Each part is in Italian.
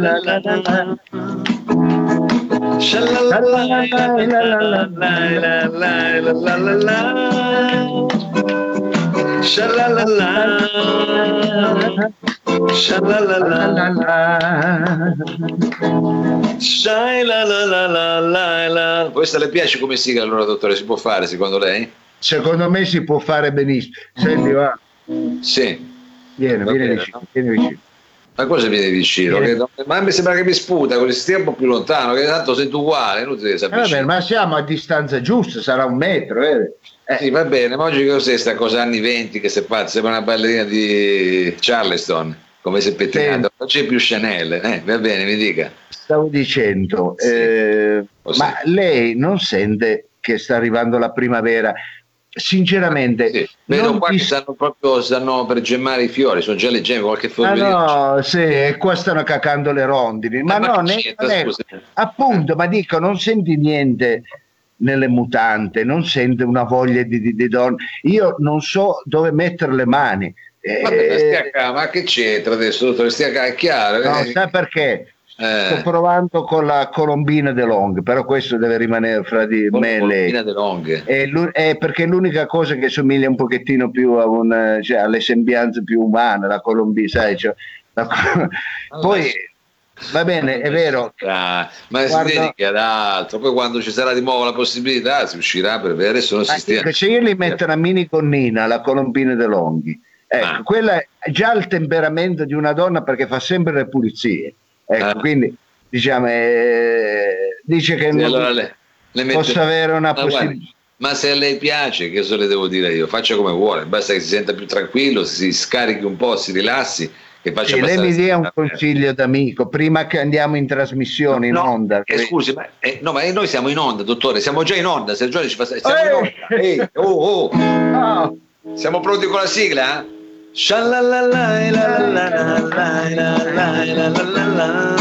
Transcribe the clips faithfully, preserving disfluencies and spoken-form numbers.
Questa le piace come sigla allora, dottore? Si può fare secondo lei? Secondo me si può fare benissimo. Senti, va. Sì. Vieni, Va vieni bene, vicino, no? vieni vicino. Ma cosa viene vicino? Vieni. Che, ma mi sembra che mi sputa, così stia un po' più lontano, che tanto sento uguale, inutile che si Eh, vabbè, avvicini. ma siamo a distanza giusta, sarà un metro, eh. Eh. Sì, va bene, ma oggi che cos'è sta cosa anni venti che si fa? Sembra una ballerina di Charleston, come se pettinato. Non c'è più Chanel, eh? Va bene, mi dica. Stavo dicendo, Sì. eh, Così. ma lei non sente che sta arrivando la primavera? Sinceramente, Sì. Vedo non qua ti- che stanno proprio stanno per gemmare i fiori, sono già le gemme, qualche Ah fiorellino. no, sì, e qua stanno cacando le rondini, ma Eh, ma no, che ne- c'entra, non è- scusi? appunto, ma dico, non senti niente nelle mutande, non sente una voglia di, di, di donna. Io non so dove mettere le mani. Vabbè, stia Eh, qua, ma che c'entra adesso, dottore? Stia qua, è chiaro. no, eh. sai perché? Eh. Sto provando con la colombina De Long, però questo deve rimanere fra di Con me e lei. Colombina de Longhe. È, l'u- è perché è l'unica cosa che somiglia un pochettino più a un, cioè, alle sembianze più umane, la colombina, sai? Cioè, la co- poi va bene, è vero. Ah, ma si Guarda- dedichi ad altro, poi quando ci sarà di nuovo la possibilità si uscirà, per vedere, adesso non si Ma stia. dico, se io gli metto una mini gonnina, la colombina De Longhi, ecco, Ah. quella è già il temperamento di una donna perché fa sempre le pulizie. Ecco, Ah. quindi diciamo, eh, dice che Sì, non allora le, le mette- posso avere una Ma guardi, possibilità. ma se a lei piace, che cosa le devo dire io? Faccia come vuole, basta che si senta più tranquillo, si scarichi un po', si rilassi e faccia Sì, lei passare mi dia un la- consiglio d'amico prima che andiamo in trasmissione, in No, onda. eh, scusi, ma, eh, no, ma eh, noi siamo in onda, dottore, siamo già in onda, se Giorgio ci fa siamo in Eh! onda. Ehi, oh, oh. Ah, Siamo pronti con la sigla? Shalalala, la, la, la, la, la, la, la, la, la, la.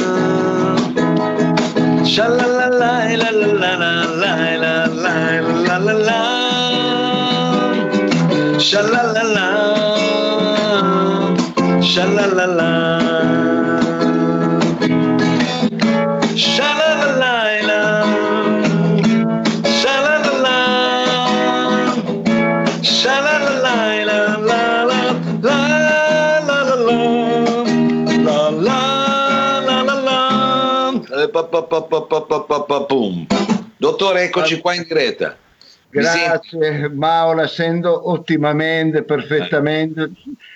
Shalalala, la, la, la, la, la, la, la, la, la, la. Shalalala, shalalala. Shalalala, shalalala. Shalalala, la, la, la, la, la, la, la, la, la, la, la. Eh, pa, pa, pa, pa, pa, pa, pa, pa, pum. Dottore, eccoci qua in diretta. Mi senti? grazie, Mao, la sento ottimamente, perfettamente.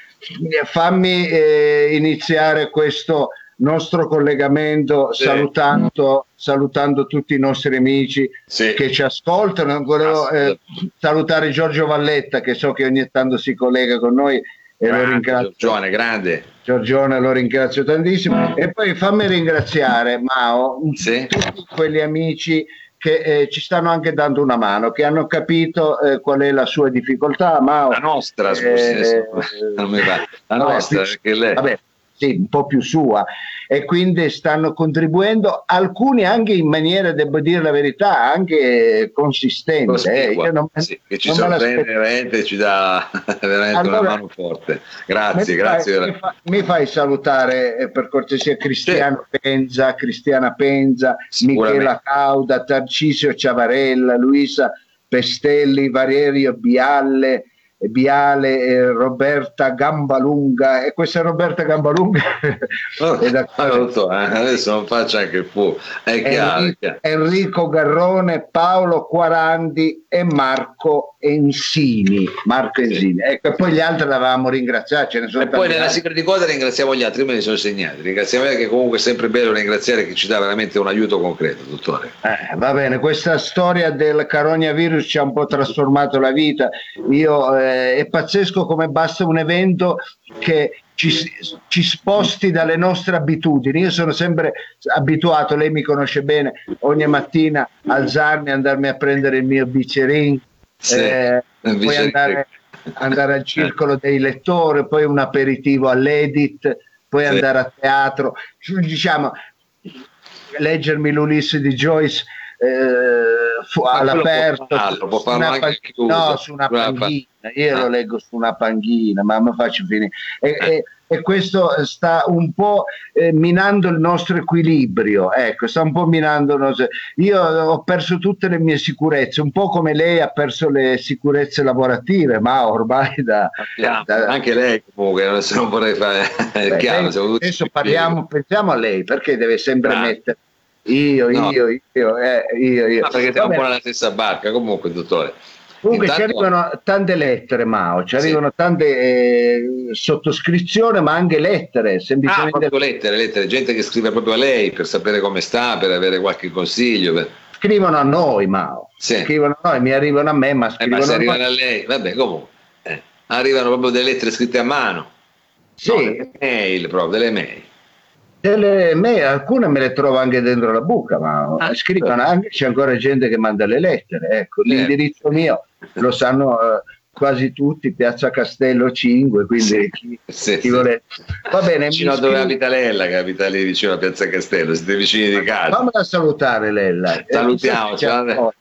Fammi eh, iniziare questo nostro collegamento Sì. salutando, salutando tutti i nostri amici Sì. che ci ascoltano. Volevo eh, salutare Giorgio Valletta, che so che ogni tanto si collega con noi e lo Grande, ringrazio. Giorgione, grande. Giorgione, lo ringrazio tantissimo. E poi fammi ringraziare, Mao, Sì. tutti quegli amici che eh, ci stanno anche dando una mano, che hanno capito eh, qual è la sua difficoltà. Mao, La nostra, scusi, eh, adesso non mi va. La vabbè, nostra, più- perché lei... vabbè, sì, un po' più sua, e quindi stanno contribuendo, alcuni anche in maniera, devo dire la verità, anche consistente. Eh. Cospicua, Io non, sì, che ci non me sorprende l'aspettavo. veramente, ci dà veramente Allora, una mano forte. Grazie, mi grazie. Fai, mi, fa, mi fai salutare eh, per cortesia Cristiano Penza, Cristiana Penza, Sicuramente. Michela Cauda, Tarcisio Ciavarella, Luisa Pestelli, Valerio Bialle, Biale, eh, Roberta Gambalunga, e questa Roberta Gambalunga Oh, è da- allora, dottore, adesso non faccia anche il fu, è chiaro, è Enrico, chiaro. Enrico Garrone, Paolo Quarandi e Marco Ensini. Marco Sì. Ensini. Ecco, e poi gli altri l'avevamo ringraziato, ce ne sono E poi tanti nella altri. sigla di coda ringraziamo gli altri, io me li sono segnati. Ringraziamo lei, che comunque è sempre bello ringraziare chi ci dà veramente un aiuto concreto, dottore. Eh, va bene, questa storia del coronavirus ci ha un po' trasformato la vita. Io, eh, è pazzesco come basta un evento che ci, ci sposti dalle nostre abitudini. Io sono sempre abituato, lei mi conosce bene, ogni mattina alzarmi, andarmi a prendere il mio bicchierino, Sì, eh, il poi bicchierino. andare, andare al circolo dei lettori, poi un aperitivo all'Edit, poi Sì. andare a teatro, diciamo, leggermi l'Ulisse di Joyce, eh, fu- Ma quello può all'aperto, farlo, su, può su farlo una, anche pan- chiuso. no, su una Una pa- panchina, io lo Ah, leggo su una panchina, ma mi faccio finire. E, eh. e- e questo sta un po' eh, minando il nostro equilibrio, ecco, sta un po' minando il nostro- Io ho perso tutte le mie sicurezze, un po' come lei ha perso le sicurezze lavorative, ma ormai da... Sappiamo. da- Anche lei comunque, adesso non vorrei fare, è Beh, chiaro, lei- siamo tutti adesso in piedi. parliamo, pensiamo a lei, perché deve sempre Bravo. mettere io, No, io, io, eh, io, io. no, perché Va siamo un po' bene. nella stessa barca, comunque, dottore. Comunque ci Intanto, arrivano tante lettere, Mao, ci sì. arrivano tante eh, sottoscrizioni, ma anche lettere, Ah, semplicemente proprio lettere, lettere, gente che scrive proprio a lei per sapere come sta, per avere qualche consiglio. per- scrivono a noi, Mao, Sì. scrivono a noi, mi arrivano a me, ma Eh, ma scrivono se a noi. arrivano a lei, vabbè, comunque, eh, arrivano proprio delle lettere scritte a mano, no, Sì, delle mail, proprio, delle mail. delle- me- alcune me le trovo anche dentro la buca, ma Ah, scrivono certo. anche, c'è ancora gente che manda le lettere, ecco, Certo. l'indirizzo mio lo sanno eh, quasi tutti, Piazza Castello cinque, quindi Sì, chi, sì, chi sì. vuole... Va bene, mi Vicino a dove scrive- abita Lella, che abita lì vicino a Piazza Castello, siete vicini di casa. fammela salutare Lella. Eh, Salutiamo, chissà se, ciao. c'è-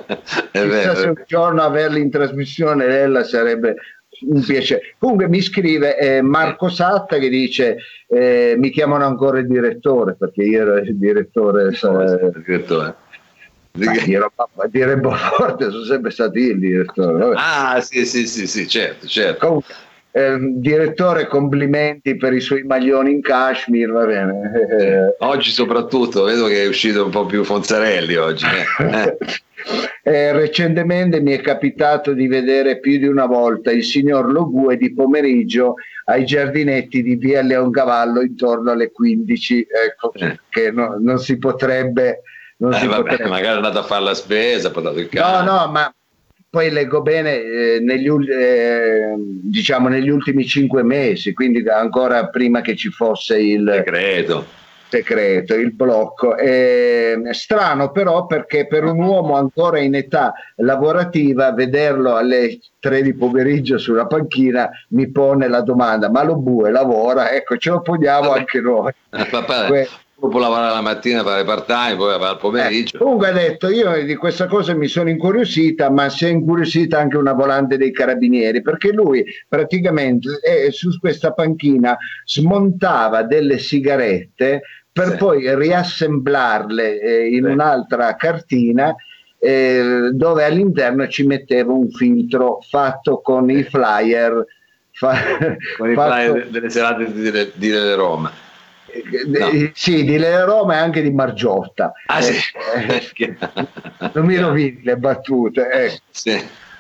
È chissà se vero. un giorno averla in trasmissione Lella sarebbe un piacere. Comunque mi scrive eh, Marco Satta che dice eh, mi chiamano ancora il direttore, perché io ero il direttore, eh, Direttore. Di ma che- dire, ma dire forte, sono sempre stato io il direttore. Vabbè. Ah, sì, sì, sì, sì, certo, certo. Comunque, ehm, direttore, complimenti per i suoi maglioni in cashmere, va bene. Eh, Oggi soprattutto, vedo che è uscito un po' più Fonzarelli oggi. eh. Eh, recentemente mi è capitato di vedere più di una volta il signor Logue di pomeriggio ai giardinetti di via Leoncavallo intorno alle quindici, ecco, Eh. che no- non si potrebbe, non Eh, si vabbè, potrebbe. magari è andato a fare la spesa, ha portato il No, cane. no, ma poi leggo bene, eh, negli, ul- eh, diciamo negli ultimi cinque mesi, quindi ancora prima che ci fosse il Decreto. decreto, il blocco. È strano però, perché per un uomo ancora in età lavorativa vederlo alle tre di pomeriggio sulla panchina mi pone la domanda: ma lo bue lavora? Ecco, ce lo poniamo Vabbè. anche noi. Eh, papà, Que- uno può lavorare la mattina, fare part time, poi va al pomeriggio. Eh, comunque ha detto, io di questa cosa mi sono incuriosita, ma si è incuriosita anche una volante dei carabinieri, perché lui praticamente eh, su questa panchina smontava delle sigarette per Sì. poi riassemblarle eh, in Sì. un'altra cartina eh, dove all'interno ci metteva un filtro fatto con i flyer, fa- Con i fatto- flyer delle serate di, di, di Roma. No. eh, sì, di Le Roma e anche di Margiotta. Ah, sì. Eh, non mi rovini le battute. ecco. Sì.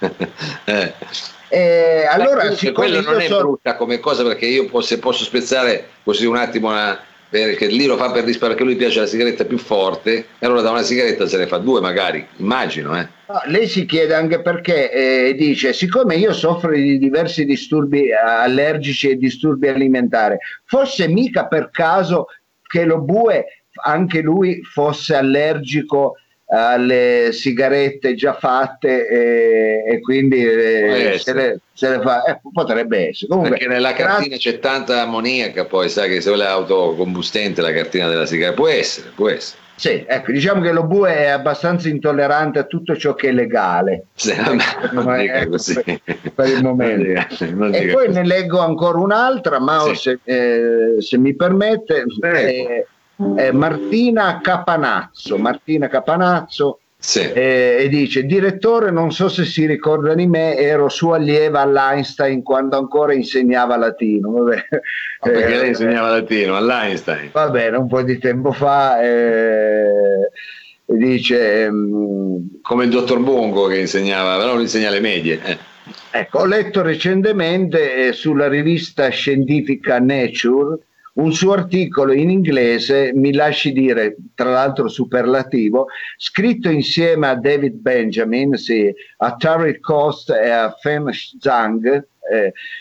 Eh. Eh, allora, Comunque, siccome quello non io è sono... brutta come cosa, perché io po- se posso spezzare così un attimo una, perché lì lo fa per risparmiare, perché lui piace la sigaretta più forte e allora da una sigaretta se ne fa due magari, immagino. eh. No, lei si chiede anche perché eh, dice: siccome io soffro di diversi disturbi eh, allergici e disturbi alimentari, fosse mica per caso che lo bue anche lui fosse allergico alle sigarette già fatte eh, e quindi eh, se, le, se le fa, eh, potrebbe essere. Comunque, Perché nella cartina c'è tanta ammoniaca, poi sai che se vuole autocombustente la cartina della sigaretta, può essere, può essere. sì, ecco, diciamo che lo bue è abbastanza intollerante a tutto ciò che è legale. Sì, Ecco, non dica ecco, così. per, per il momento. Non dica- non E dica poi così. ne leggo ancora un'altra, ma Sì. se, eh, se mi permette, Prego. eh, eh, Martina Capanazzo, Martina Capanazzo Sì. eh, e dice: direttore, non so se si ricorda di me, ero sua allieva all'Einstein quando ancora insegnava latino. Vabbè. Perché Eh, lei insegnava latino all'Einstein. Va bene, un po' di tempo fa eh, dice ehm, Come il dottor Bongo che insegnava, però non insegna le medie. eh. ecco, ho letto recentemente eh, sulla rivista scientifica Nature un suo articolo in inglese, mi lasci dire, tra l'altro superlativo, scritto insieme a David Benjamin, sì, a Tariq Cost e a Fem Zhang, eh,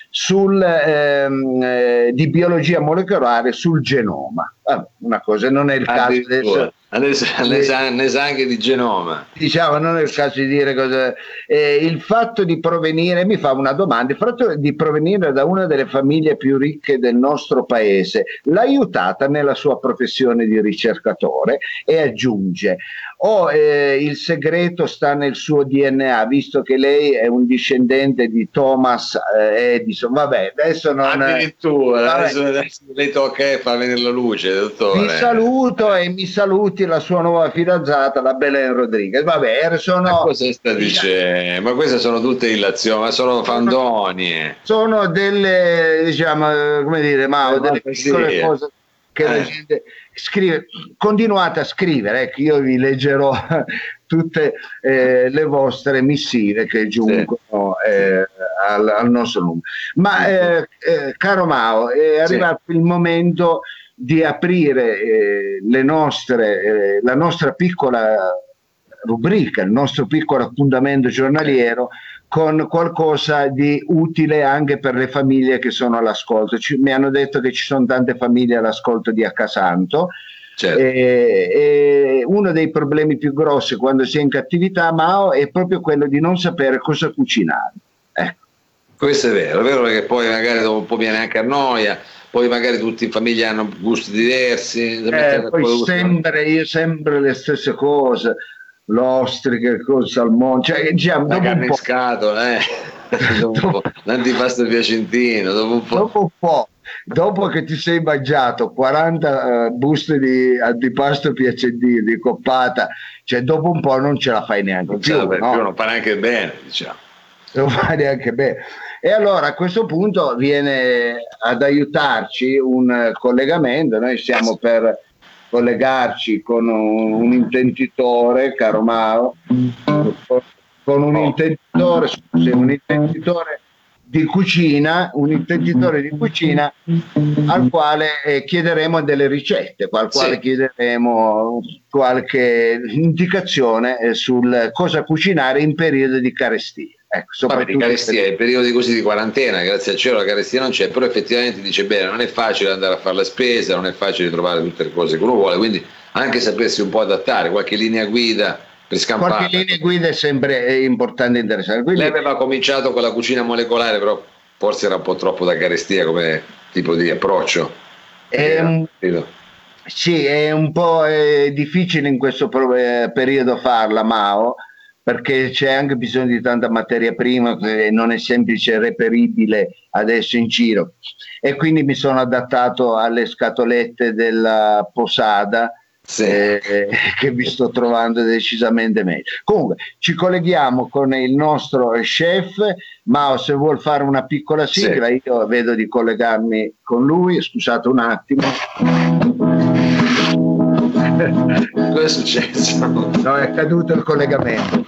sul, ehm, eh, di biologia molecolare sul genoma. Ah, una cosa, non è il caso adesso. Adesso ne sa, ne sa anche di genoma. Diciamo, non è il caso di dire cosa. Eh, il fatto di provenire, mi fa una domanda, il fatto di provenire da una delle famiglie più ricche del nostro paese l'ha aiutata nella sua professione di ricercatore, e aggiunge: o eh, il segreto sta nel suo D N A, visto che lei è un discendente di Thomas eh, Edison. Vabbè, adesso non. Addirittura, vabbè. Adesso, adesso le tocca far venire la luce, dottore. Vi saluto e mi saluti la sua nuova fidanzata, la Belen Rodriguez. Vabbè, sono. Ma cosa sta dicendo? Ma queste sono tutte illazioni, ma sono fandonie. Sono delle, diciamo, come dire, ma eh, delle piccole cose che eh. la gente scrive. Continuate a scrivere, ecco, io vi leggerò tutte eh, le vostre missive che giungono sì. eh, al, al nostro numero. Ma eh, eh, caro Mao, è arrivato sì. il momento di aprire eh, le nostre, eh, la nostra piccola rubrica, il nostro piccolo appuntamento giornaliero con qualcosa di utile anche per le famiglie che sono all'ascolto. Ci, mi hanno detto che ci sono tante famiglie all'ascolto di Accasanto. Certo. E, e uno dei problemi più grossi quando si è in cattività, Mao, è proprio quello di non sapere cosa cucinare. Ecco. Questo è vero, è vero, perché poi magari dopo un po' viene anche a noia. Poi magari tutti in famiglia hanno gusti diversi. Eh, poi sempre, io sempre le stesse cose, l'ostriche, col salmone, cioè, diciamo, la carne in scatola, eh. dopo un po', l'antipasto piacentino, dopo un po'. Dopo un po', dopo che ti sei mangiato quaranta uh, buste di antipasto piacentino, di coppata, cioè dopo un po' non ce la fai neanche non più, ce la fai no? più, non fa neanche bene, diciamo. Non fa neanche bene. E allora a questo punto viene ad aiutarci un collegamento, noi siamo per collegarci con un, un intenditore, caro Mao, con un intenditore, scusi, un intenditore di cucina, un intenditore di cucina al quale eh, chiederemo delle ricette, al quale sì. chiederemo qualche indicazione eh, sul cosa cucinare in periodo di carestia. Ecco, Vabbè, di carestia, in periodi così di quarantena, grazie al cielo la carestia non c'è, però effettivamente dice bene, non è facile andare a fare la spesa, non è facile trovare tutte le cose che uno vuole, quindi anche sapersi un po' adattare, qualche linea guida per scampare. Qualche linea guida è sempre importante e interessante. Quindi... Lei aveva cominciato con la cucina molecolare, però forse era un po' troppo da carestia come tipo di approccio. È un... Sì, è un po' è difficile in questo periodo farla, Mao, perché c'è anche bisogno di tanta materia prima che non è semplice reperibile adesso in giro, e quindi mi sono adattato alle scatolette della Posada, sì. eh, che vi sto trovando decisamente meglio. Comunque ci colleghiamo con il nostro chef Mao, se vuol fare una piccola sigla, sì. io vedo di collegarmi con lui, scusate un attimo. Cosa è successo? No, è caduto il collegamento.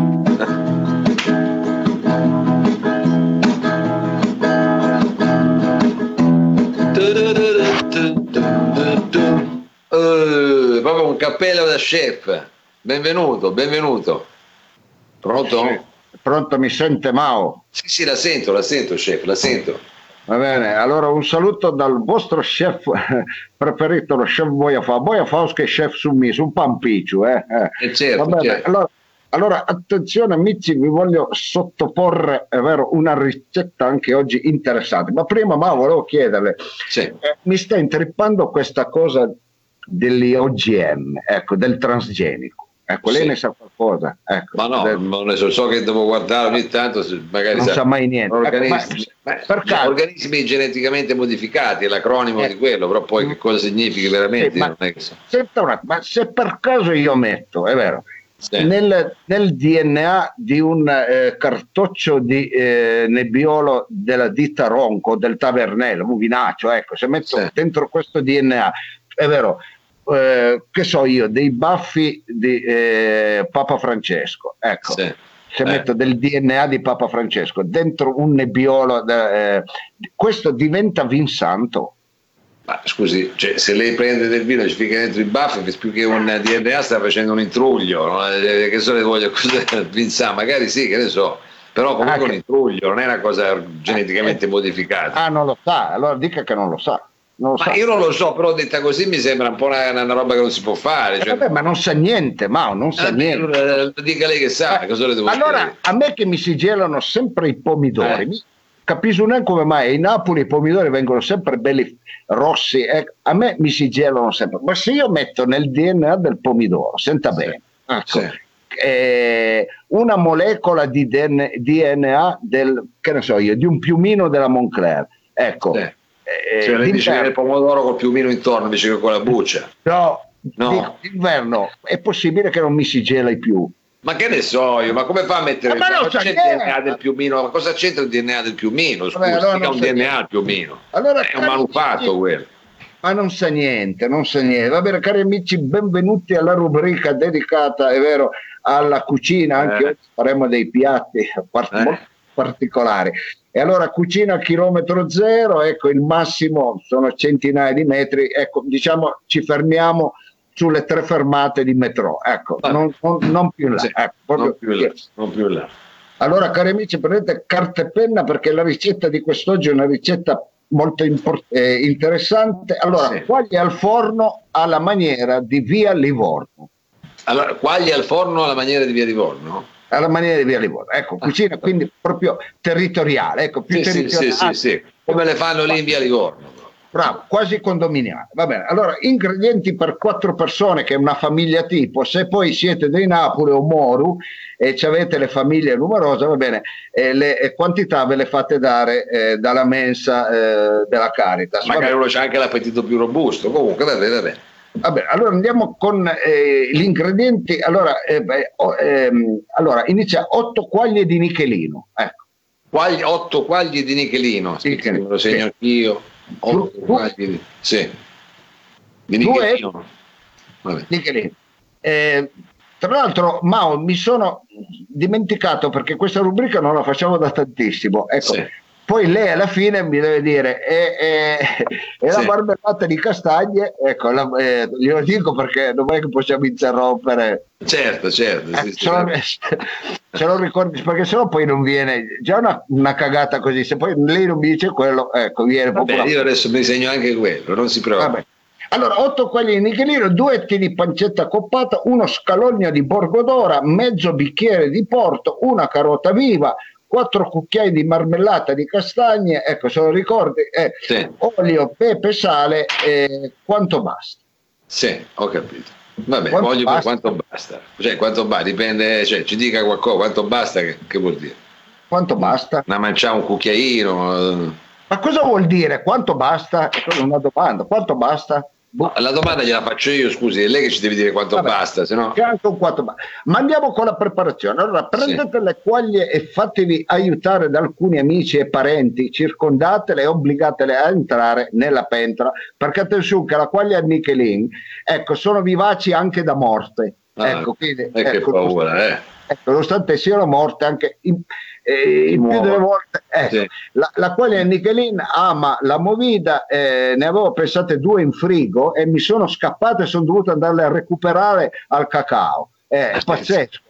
Uh, proprio un cappello da chef. Benvenuto, benvenuto. Pronto? Sì. Pronto, mi sente Mao? Sì, sì, la sento, la sento chef, la sento. Va bene, allora un saluto dal vostro chef preferito, lo chef Boiafà, Boiafà che è chef su me, su un pampiccio, eh? eh certo, Va bene, certo. Allora, allora attenzione amici, vi voglio sottoporre, è vero, una ricetta anche oggi interessante, ma prima ma volevo chiederle, sì. eh, mi sta intrippando questa cosa degli O G M, ecco, del transgenico. Ecco, lei sì. ne sa qualcosa? Ecco, ma no, del... non ne so, so che devo guardare ogni tanto, magari non sa, sa mai niente. Organismi, ecco, ma, ma, per organismi geneticamente modificati, è l'acronimo eh. di quello, però poi che cosa significa veramente? Sì, ma, non è che so. Senta un attimo, ma se per caso io metto, è vero, sì. nel, nel D N A di un eh, cartoccio di eh, nebbiolo della ditta Ronco, del Tavernello, un vinaccio, ecco, se metto sì. dentro questo D N A, è vero, Eh, che so io, dei baffi di eh, Papa Francesco, ecco, sì. se eh. metto del D N A di Papa Francesco dentro un nebbiolo, eh, questo diventa vin santo? Ma scusi, cioè, se lei prende del vino e ci fica dentro i baffi, più che un D N A sta facendo un intruglio, no? Che so le voglio vin santo, magari sì, che ne so, Però comunque Ah, un che- intruglio, non è una cosa geneticamente eh, modificata. Ah, non lo sa, allora dica che non lo sa. Non lo Ma sa. io non lo so, però detta così mi sembra un po' una, una roba che non si può fare. Eh, Cioè, vabbè, ma non sa niente, Mao, non sa eh, beh, niente. allora, dica lei che sa, Eh, cosa le devo allora, dire? a me che mi si gelano sempre i pomidori, Eh, mi- capisco neanche come mai in Napoli i pomidori vengono sempre belli rossi, eh, a me mi si gelano sempre, ma se io metto nel D N A del pomidoro, senta sì, bene, ecco, sì, eh, una molecola di D N A del, che ne so io, di un piumino della Moncler, ecco, sì. eh, Cioè, lei dice che è il d'inverno, pomodoro col piumino intorno invece che con la buccia. no, dico, No, d'inverno è possibile che non mi si gela più. ma che ne so io, ma come fa a mettere, Eh, ma ma non non sa c'è il D N A niente. del piumino, ma cosa c'entra il D N A del piumino? Vabbè, Scusi, allora mica non un sa D N A niente. il piumino, Allora, è un cari manufatto amici, quello. ma non sa niente, non sa niente. Va bene, cari amici, benvenuti alla rubrica dedicata, è vero, alla cucina. Anche Eh, oggi faremo dei piatti par- eh. molto particolari. E allora, cucina a chilometro zero, ecco, il massimo sono centinaia di metri, ecco, diciamo, ci fermiamo sulle tre fermate di metro, ecco, Vabbè. non, non- non più in là. Sì, Ecco, proprio- non più in là, non più in là. allora, cari amici, prendete carta e penna perché la ricetta di quest'oggi è una ricetta molto impor- eh, interessante. Allora, Sì. quaglie al forno alla maniera di Via Livorno. Allora, quaglie al forno alla maniera di Via Livorno? Alla maniera di Via Livorno. Ecco, Ah, cucina vabbè. quindi proprio territoriale, ecco, più Sì, sì, sì, territoriale. sì, sì. Come le fanno lì in Via Livorno? Bravo, quasi condominiale. Va bene. Allora, ingredienti per quattro persone, che è una famiglia tipo. Se poi siete dei Napoli o Moru e ci avete le famiglie numerose, va bene, eh, le eh, quantità ve le fate dare eh, dalla mensa eh, della Caritas. Va Magari bene. uno c'ha anche l'appetito più robusto. Comunque, va bene, va bene. Va bene, allora andiamo con eh, gli ingredienti. Allora, eh, beh, oh, ehm, allora, inizia otto quaglie di nichelino. Ecco. Quagli, otto quagli di nichelino. Sì, Aspetta, me lo segno sì. anch'io. Otto Du- quagli di... Sì. Di Due- nichelino. Vabbè. Nichelino. Eh, tra l'altro, Mao, mi sono dimenticato perché questa rubrica non la facciamo da tantissimo. Ecco, Sì. poi lei alla fine mi deve dire è, è, è la Sì. marmellata di castagne. Ecco, la- eh, glielo dico perché non è che possiamo interrompere. Certo, certo. Eh, Sì, sì. se, lo, se lo ricordi, perché sennò poi non viene già una, una cagata così. Se poi lei non mi dice quello, ecco, viene Va bene, proprio. io adesso mi segno anche quello, non si preoccupi. Vabbè. Allora, otto quaglie di nichelino, due etti di pancetta coppata, uno scalogno di borgodora, mezzo bicchiere di porto, una carota viva, quattro cucchiai di marmellata di castagne, ecco, se lo ricordi, eh, Sì. olio, pepe, sale, eh, quanto basta. Sì, ho capito. Vabbè, Quanto voglio basta? quanto basta. Cioè, quanto basta, dipende, cioè, ci dica qualcosa, quanto basta, che, che vuol dire? Quanto basta? Una manciare un cucchiaino. eh. Ma cosa vuol dire? Quanto basta? È quella una domanda. Quanto basta? Boh. La domanda gliela faccio io, scusi, è lei che ci deve dire quanto Vabbè, basta, se no... c'è anche un quattro basta. Ma andiamo con la preparazione. Allora, prendete le quaglie e fatevi aiutare da alcuni amici e parenti, circondatele e obbligatele a entrare nella pentola, perché attenzione che la quaglia al nichelin, ecco, sono vivaci anche da morte. Ah, Ecco, quindi, eh, che ecco, paura, eh. ecco, nonostante siano morte anche in, eh, in più delle volte, ecco, Sì. la, la quaglia al nichelin ama la movida, eh, ne avevo pensate due in frigo e mi sono scappate e sono dovuto andarle a recuperare al cacao. Eh, è pazzesco.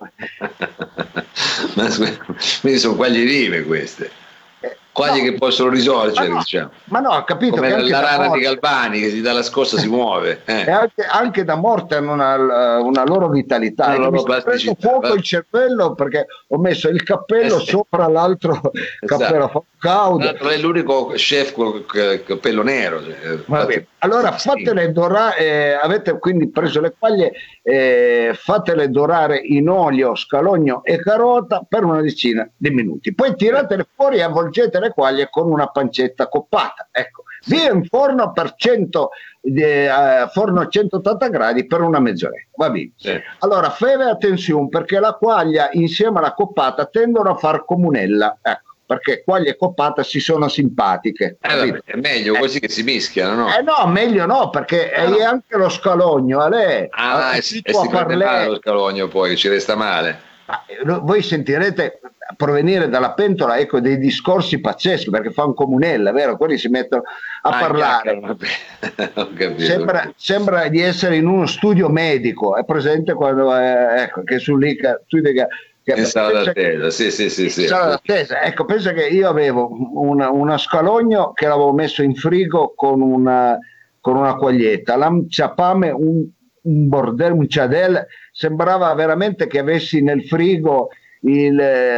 Ma scusa, quindi sono quaglie vive queste, Eh, quaglie no, che possono risorgere, ma no, diciamo. ma no, ho capito Come che anche la da rana di morte, Galvani che si dà la scossa si muove. Eh. e anche, anche da morte hanno una, una loro vitalità. Una E loro mi sta prendendo plasticità, fuoco va. il cervello perché ho messo il cappello Eh sì. sopra l'altro cappello Esatto. caudo. Tra l'altro, lei è l'unico chef con il cappello nero. cioè, Va infatti- bene. Allora fatele dorare, eh, avete quindi preso le quaglie, eh, fatele dorare in olio, scalogno e carota per una decina di minuti. Poi tiratele fuori e avvolgete le quaglie con una pancetta coppata. Ecco, via in forno per cento, eh, forno a centottanta gradi per una mezz'oretta. Va bene. Sì. Allora, fate attenzione perché la quaglia insieme alla coppata tendono a far comunella. Ecco, perché quaglia e coppata si sono simpatiche. Eh, vabbè, è meglio così che si mischiano, no? Eh no, meglio no, perché Ah, no. è anche lo scalogno, a lei. Ah, Eh, e si, tu e a si prende parlè- male lo scalogno poi, che ci resta male. Ah, eh, voi sentirete provenire dalla pentola, ecco, dei discorsi pazzeschi, perché fa un comunella, vero? Quelli si mettono a Ah, parlare. chiacchierano, vabbè. Ho capito. Sembra, sembra di essere in uno studio medico, è presente quando, eh, ecco, che su lì che, che Che in sala pensa d'attesa, sì, sì, sì, sì. in sala d'attesa. Ecco, pensa che io avevo una, una scalogno che l'avevo messo in frigo con una, con una quaglietta, lanciapame, un, un bordello, un ciadel, sembrava veramente che avessi nel frigo il...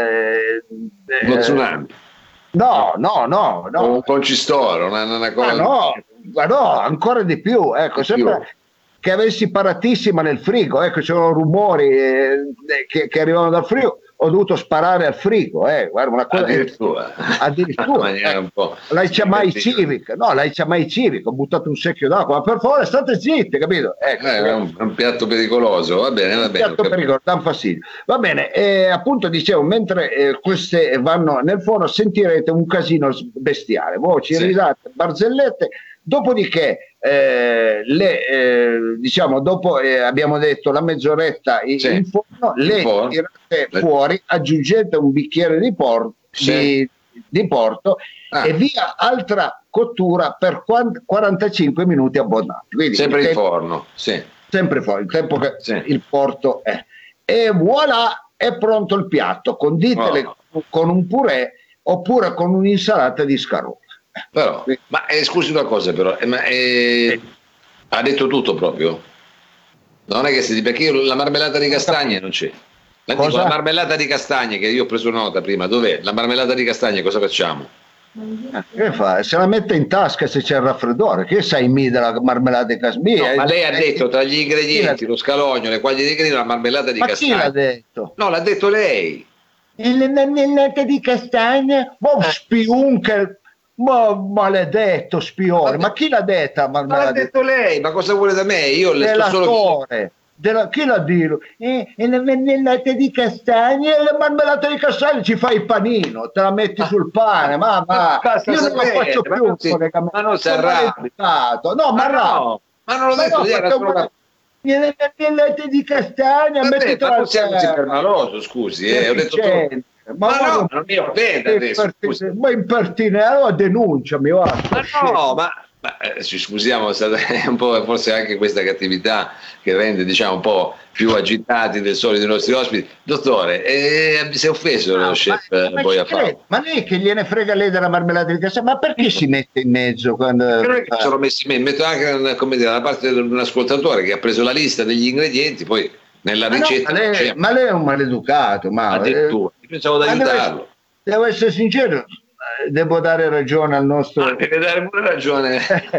eh, Uno eh, tsunami, no, no, no, o no. un concistoro, una, una Ah cosa no, ma no, ancora di più, ecco, di sembra più. che avessi paratissima nel frigo, ecco, c'erano rumori eh, che, che arrivavano dal frigo, ho dovuto sparare al frigo, eh, guarda, una cosa, eh, Addirittura, in addirittura, maniera ecco, un po' l'hai chiamai significativa. civic, no, l'hai chiamai civic, ho buttato un secchio d'acqua, ma per favore state zitti, capito? Ecco, Eh, è un, è un piatto pericoloso, va bene, va un bene, ho piatto capito. pericoloso, dan fastidio. Va bene, eh, appunto dicevo, mentre eh, queste vanno nel forno sentirete un casino bestiale, voci, Sì, risate, barzellette, dopodiché eh, le, eh, diciamo, dopo eh, abbiamo detto la mezz'oretta sì, in forno, in le forno. tirate Eh, fuori, aggiungete un bicchiere di, por- sì. di, di porto e Ah, via altra cottura per quarantacinque minuti abbondanti. Quindi il sempre in tempo forno, sì, sempre fuori, il tempo che sì. il porto è. E voilà, è pronto il piatto, conditele Oh, con un purè oppure con un'insalata di scarole. però, ma eh, scusi una cosa però, eh, ma, eh, ha detto tutto proprio? Non è che si perché io la marmellata di castagne non c'è. Ma dico, la Cosa? marmellata di castagne che io ho preso nota prima, dov'è? La marmellata di castagne cosa facciamo? Eh, Che fa? Se la mette in tasca se c'è il raffreddore, che sai mi della marmellata di No, casmia? ma lei ha detto tra gli ingredienti, lo scalogno, le quaglie di grino, la marmellata di Ma chi l'ha castagne. detto? No, l'ha detto lei. E le marmellate di castagne? Ma Eh, spiunche, ma maledetto spione, vabbè, ma chi l'ha detta la ma l'ha marmellata di detto lei, ma cosa vuole da me? Io le sto solo Delatore, della, chi l'ha detto? Eh, e le marmellate di castagne, e le marmellate di castagne ci fai il panino, te la metti ma, sul pane, ma, ma ma basta io non lo sapere, faccio ma più non un si, collegamento, ma non si sono arrabbi. maleducato, no, ma Ma arrabbio, no, ma non l'ho ma detto, no, lei era perché solo una... vuole le marmellate di castagna, Vabbè, ma mettitela non a sia così terra, permaloso, scusi, eh, ho detto solo... deficiente, ma Ma guarda no, un non mi po', offenda che adesso, scusi. impertinente, ma impertinente, allora denunciami, va, sto Ma scemo. no, ma, ma, eh, ci scusiamo, è stata- è un po' forse anche questa cattività che rende, diciamo, un po' più agitati del solito i nostri ospiti. Dottore, eh, si è offeso lo Ah, ma, chef eh, ma ci Boiafava? crede, ma lei che gliene frega lei della marmellata di cassa, ma perché si mette in mezzo Perché quando non è che mi fa? sono messi me, metto anche una- come dire, da parte di un ascoltatore che ha preso la lista degli ingredienti, poi nella Ma no, ma ricetta non lei, c'è ma lei è un maleducato, ma, eh, addirittura. Io pensavo di ma devo, ess- aiutarlo. devo essere sincero, eh, devo dare ragione al Ah, nostro, deve dare pure ragione.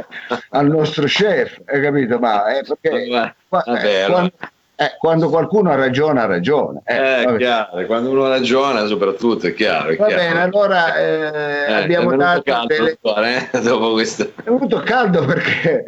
al nostro chef, hai capito? Ma eh, perché qua- eh, Vabbè, allora. quando, eh, quando qualcuno ragiona, ha ragione. Eh, È vabbè. chiaro, quando uno ragiona soprattutto è chiaro, è Va bene, chiaro. allora eh, Eh, è abbiamo venuto dato caldo, delle... dottore, eh, dopo questo. È venuto caldo perché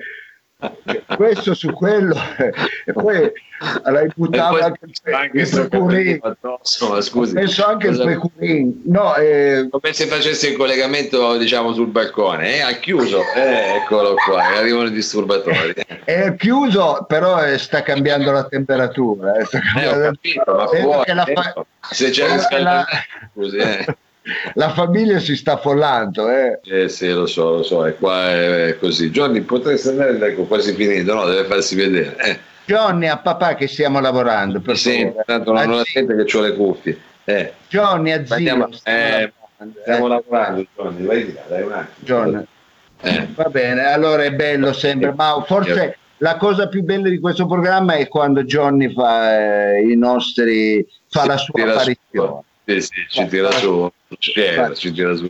questo su quello e poi l'hai E buttato poi anche il, anche il sto pecorino, capellino addosso, ma ho scusi, messo anche il cosa- pecorino, no, eh, come se facesse il collegamento, diciamo, sul balcone, eh? Ha chiuso, eh, eccolo qua, e arrivano i disturbatori. è chiuso, però eh, sta cambiando la temperatura, eh, sta Eh, ho cambiando- capito, ma vedo fuori, che la, fa- dentro, se c'è vedo che la- riscaldamento, scusi, eh. la famiglia si sta affollando, eh. Eh sì, lo so, lo so, e qua è così. Giorni, potreste andare, ecco, quasi finito, no? Deve farsi vedere. Eh. Johnny, a papà che stiamo lavorando, Mi per sento, favore. tanto non, A non zio. attende che ho le cuffie. Eh. Johnny, a Andiamo, zio, stiamo eh, lavorando, stiamo eh. lavorando, Giorni, vai di là, dai un attimo. John, Eh. va bene, allora è bello sempre, ma forse la cosa più bella di questo programma è quando Johnny fa eh, i nostri, fa Sì, la sua tira su. apparizione. Sì, sì, ci tira su, Fa- ci tira su.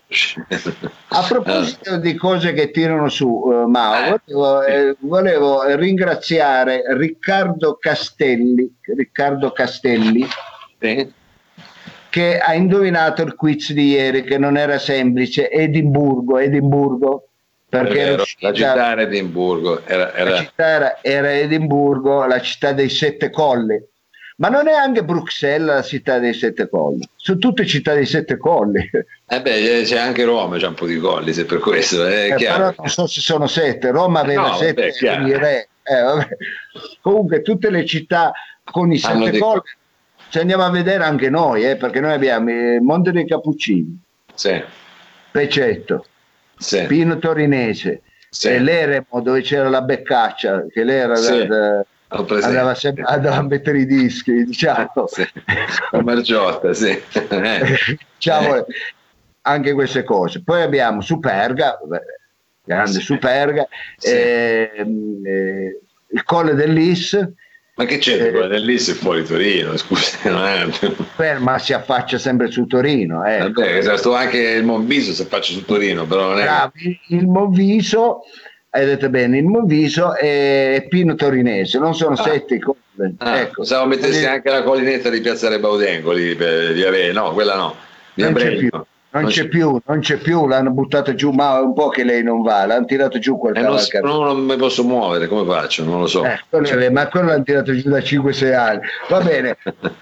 A proposito di cose che tirano su, eh, Mao, Ah, volevo, sì, eh, volevo ringraziare Riccardo Castelli, Riccardo Castelli, sì, che ha indovinato il quiz di ieri, che non era semplice, Edimburgo, Edimburgo, è perché era vero, la uscita, città era Edimburgo, era, la era, città era, era Edimburgo, la città dei sette colli, ma non è anche Bruxelles la città dei sette colli, sono tutte città dei sette colli. eh beh, c'è anche Roma, c'è un po' di colli, se per questo, è Eh, però chiaro. non so se sono sette, Roma aveva No, vabbè, sette è chiaro. ogni re. Eh, vabbè. Comunque tutte le città con i Hanno sette dei colli colli. ci andiamo a vedere anche noi, eh, perché noi abbiamo il Monte dei Cappuccini, Sì, Pecetto, sì, Pino Torinese, sì, e l'Eremo dove c'era la Beccaccia, che l'era da, sì, da- Ho presente. andava, sempre, andava a mettere i dischi, diciamo. Sì. La Margiotta, sì. Eh. Diciamo anche queste cose. Poi abbiamo Superga, grande Sì. Superga, Sì. ehm, eh, il Colle dell'Is. Ma che c'è Eh, quella dell'Is è fuori Torino, scusa, non è... per- ma si affaccia sempre su Torino, ecco. Vabbè, esatto, anche il Monviso si affaccia su Torino, però non è... Bravo, il- il Monviso, hai detto bene, il Monviso è Pino Torinese, non sono Ah. sette colle. Ah, Ecco. pensavo mettessi anche la collinetta di Piazzale Baudengo lì per via Re. No, quella no. Via Non c'è Bregno. più, non c'è più, non c'è più, l'hanno buttato giù, ma è un po' che lei non va, l'hanno tirato giù quel E non, si- cavalcavia. non mi posso muovere, come faccio? Non lo so. Eh, quello- ma quello l'hanno tirato giù da cinque sei anni. Va bene.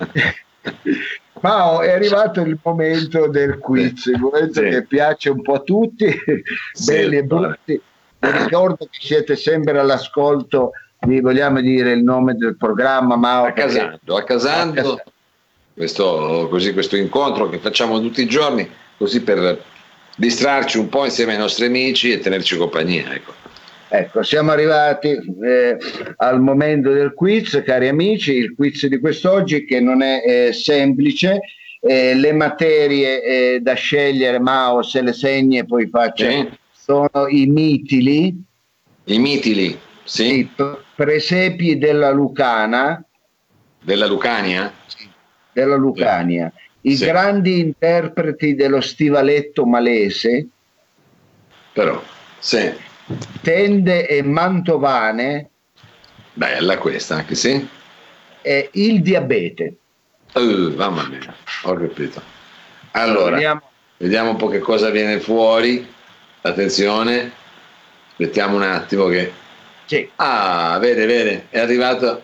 Mao, è arrivato il momento del quiz, il momento Sì. che piace un po' a tutti, Sì, belli e dottore. brutti. Vi ricordo che siete sempre all'ascolto, vi vogliamo dire il nome del programma, Mao? A Casando, a Casando, questo, così, questo incontro che facciamo tutti i giorni, così per distrarci un po' insieme ai nostri amici e tenerci compagnia. Ecco. Ecco, siamo arrivati eh, al momento del quiz, cari amici, il quiz di quest'oggi che non è eh, semplice, eh, le materie eh, da scegliere, Mao se le segni e poi faccia, Sì. sono i mitili, I mitili, sì, i p- presepi della Lucana, della Lucania? della Lucania, i Sì. grandi interpreti dello stivaletto malese, Però, sì, tende e mantovane bella questa anche, sì. e il diabete. Uh, mamma mia, ho capito. Allora, Vediamo. vediamo un po' che cosa viene fuori. Attenzione, aspettiamo un attimo che... Sì. Ah, vede, vede, è arrivato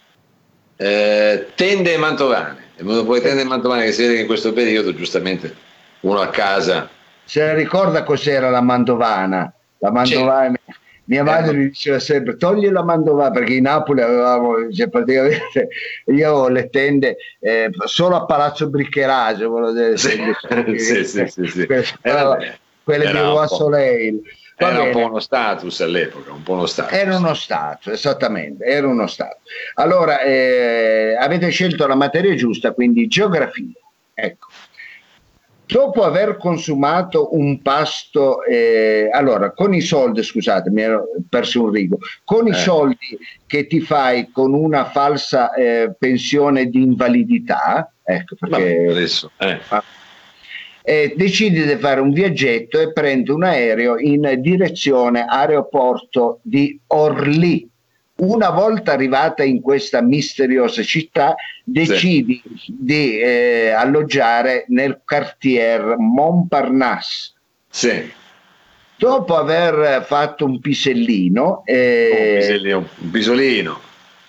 eh, tende e mantovane. È venuto poi tende e mantovane, che si vede che in questo periodo, giustamente, uno a casa... Se ne ricorda cos'era la mandovana? La mandovana, mia madre Eh, mi diceva sempre togli la mandovana, perché in Napoli avevamo, cioè, praticamente io avevo le tende eh, solo a Palazzo Briccherage, volevo dire, Sì, tende- sì, sì, sì, sì. quelle, Eh, vabbè, quelle di era un Roi po'. Soleil. Va Era un bene. po' uno status all'epoca, un po' uno status. Era uno stato, esattamente, era uno stato. Allora, eh, avete scelto la materia giusta, quindi geografia. Ecco. Dopo aver consumato un pasto, eh, allora, con i soldi, scusate, mi ero perso un rigo, con i Eh. soldi che ti fai con una falsa eh, pensione di invalidità, ecco, Vabbè, perché adesso, eh. eh, decidi di fare un viaggetto e prendi un aereo in direzione aeroporto di Orly. Una volta arrivata in questa misteriosa città, decidi di eh, alloggiare nel quartier Montparnasse. Sì, Dopo aver fatto un pisellino, un eh, pisellino, un pisolino.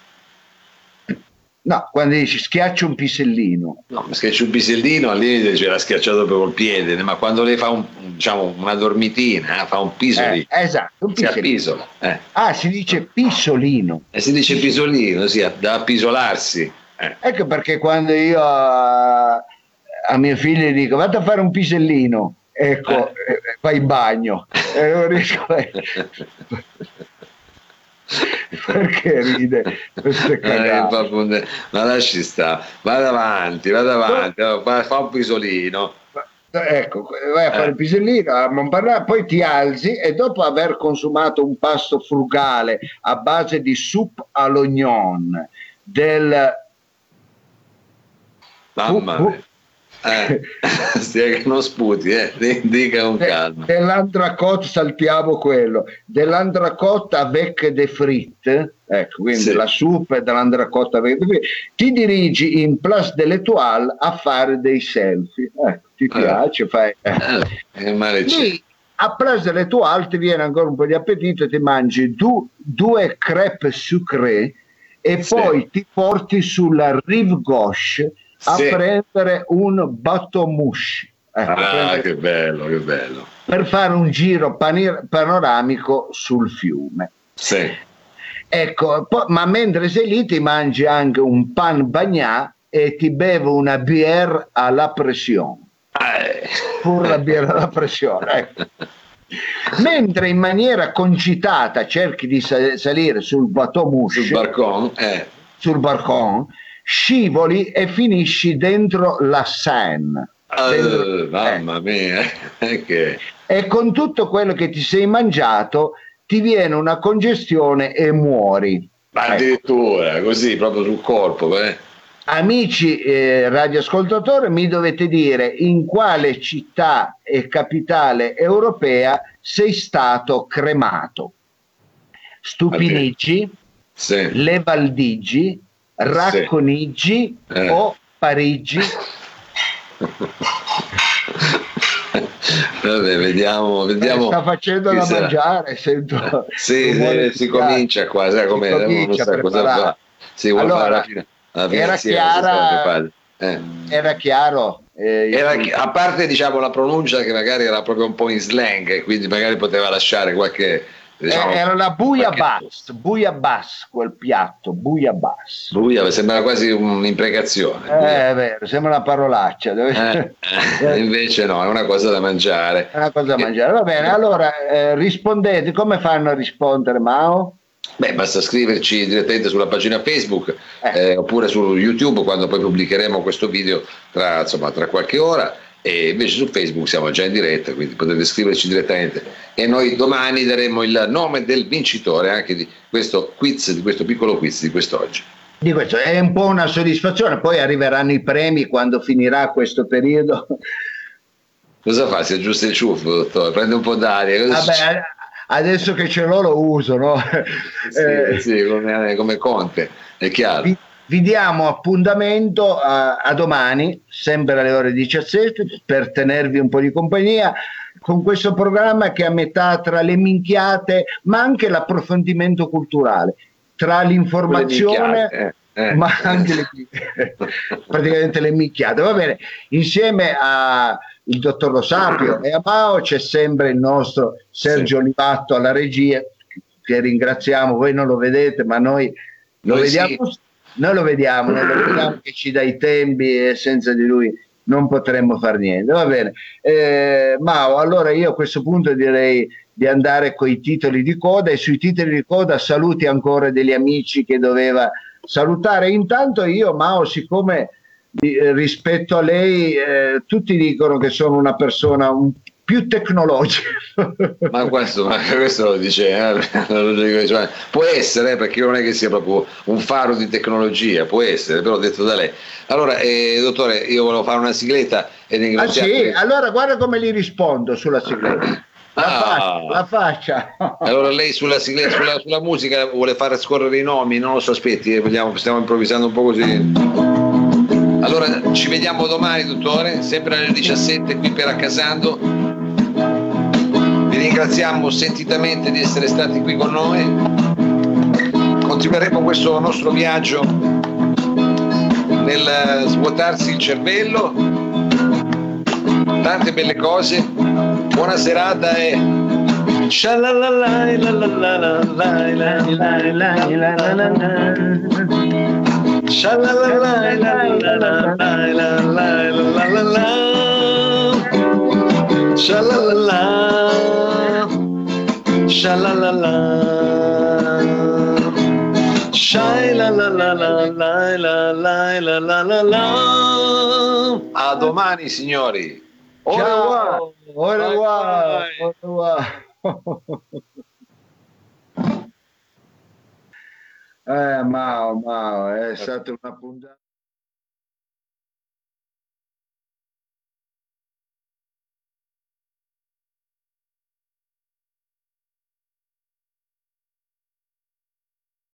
no, quando dici schiaccio un pisellino, No, ma schiaccia un pisellino al limite ce l'ha schiacciato proprio col piede, ma quando lei fa un, diciamo, una dormitina, eh, fa un pisolino, eh, esatto, un si pisellino. appisola. Eh. Ah, si dice pissolino. E si dice pisolino, sì, da appisolarsi. Eh. Ecco perché quando io a, a mio figlio dico vado a fare un pisellino, ecco, Eh. eh, vai in bagno. E non riesco a... Perché ride queste Eh, cagate? proprio- ma lasci sta, vada avanti, vada avanti, fa, fa un pisolino. Ecco, vai a fare Eh. il pisellino a Montparnasse, poi ti alzi e dopo aver consumato un pasto frugale a base di soupe à l'oignon del Mamma Uh, uh. mia. Eh, stia che non sputi, eh. Dica con calma. dell'andracotte, saltiamo quello dell'andracotte avec des frites, ecco, quindi Sì. la soupe dell'andracotte avec des frites. Ti dirigi in Place de l'Étoile a fare dei selfie, ecco, ti piace, fai eh. Eh, che male c'è. Lì a Place de l'Étoile ti viene ancora un po' di appetito, ti mangi du- due crêpes sucré e Sì. poi ti porti sulla rive gauche a Sì. prendere un bateau mouche, ecco, Ah, prendere- che bello, che bello. per fare un giro pani- panoramico sul fiume. Sì. Ecco, po- ma mentre sei lì ti mangi anche un pan bagnat e ti bevi una bière alla pressione. Eh. Pur la birra alla pressione, ecco. Mentre in maniera concitata cerchi di salire sul bateau mouche, sul barcon, eh. sul barcon, scivoli e finisci dentro la Seine. Uh, dentro, mamma eh. mia, okay. E con tutto quello che ti sei mangiato ti viene una congestione e muori. Ma addirittura, ecco. Così, proprio sul corpo, eh. Amici eh, radioascoltatori, mi dovete dire in quale città e capitale europea sei stato cremato. Stupinigi, sì. Le Valdigi, Racconigi, sì. eh. o Parigi? Vabbè, vediamo, vediamo. Eh, sta facendo da sarà. mangiare, sento. Sì, sì, si comincia qua, sai com'è, non sa cosa fa. Si vuole allora, fare alla fine. Alla fine era, chiara, eh. era chiaro. Eh, era, a parte diciamo la pronuncia che magari era proprio un po' in slang, quindi magari poteva lasciare qualche. Diciamo, eh, era la bouillabaisse, bouillabaisse quel piatto, bouillabaisse. Buia, sembra quasi un'imprecazione. Eh, è vero, sembra una parolaccia. Eh, eh, invece no, è una cosa da mangiare. È una cosa da mangiare. Va bene, allora eh, rispondete, come fanno a rispondere, Mao? Beh, basta scriverci direttamente sulla pagina Facebook eh. Eh, oppure su YouTube quando poi pubblicheremo questo video tra, insomma, tra qualche ora, e invece su Facebook siamo già in diretta, quindi potete scriverci direttamente e noi domani daremo il nome del vincitore anche di questo quiz, di questo piccolo quiz di quest'oggi. Di questo è un po' una soddisfazione, poi arriveranno i premi quando finirà questo periodo. Cosa fa? Si aggiusta il ciuffo, dottore? Prende un po' d'aria. Vabbè, adesso che ce l'ho lo uso, no? Sì, eh, sì, come, come Conte, è chiaro. Vi, vi diamo appuntamento a, a domani, sempre alle ore diciassette, per tenervi un po' di compagnia, con questo programma che è a metà tra le minchiate, ma anche l'approfondimento culturale, tra l'informazione, eh, eh, ma anche le, praticamente le minchiate. Va bene, insieme a il dottor Lo Sapio e a Mao c'è sempre il nostro Sergio sì. Olivatto alla regia, che ringraziamo. Voi non lo vedete, ma noi lo noi vediamo, sì. noi lo vediamo, noi lo vediamo che ci dà i tempi e senza di lui non potremmo fare niente. Va bene, eh, Mao, allora io a questo punto direi di andare con i titoli di coda, e sui titoli di coda saluti ancora degli amici che doveva salutare. Intanto io, Mao, siccome rispetto a lei eh, tutti dicono che sono una persona un, più tecnologica, ma questo, ma questo lo dice eh? Può essere, perché non è che sia proprio un faro di tecnologia, può essere, però detto da lei. Allora eh, dottore, io volevo fare una sigletta e ringraziare. Ah sì? Allora guarda come gli rispondo sulla sigletta. La, ah, faccia, la faccia. Allora lei sulla, sigletta, sulla, sulla musica vuole fare scorrere i nomi, non lo so, aspetti, eh, vogliamo, stiamo improvvisando un po' così. Allora ci vediamo domani, dottore, sempre alle diciassette qui per Accasando. Vi ringraziamo sentitamente di essere stati qui con noi. Continueremo questo nostro viaggio nel svuotarsi il cervello. Tante belle cose. Buona serata e a domani signori. Ciao, au revoir, au revoir. Eh, Mao, Mao, è stata una puntata.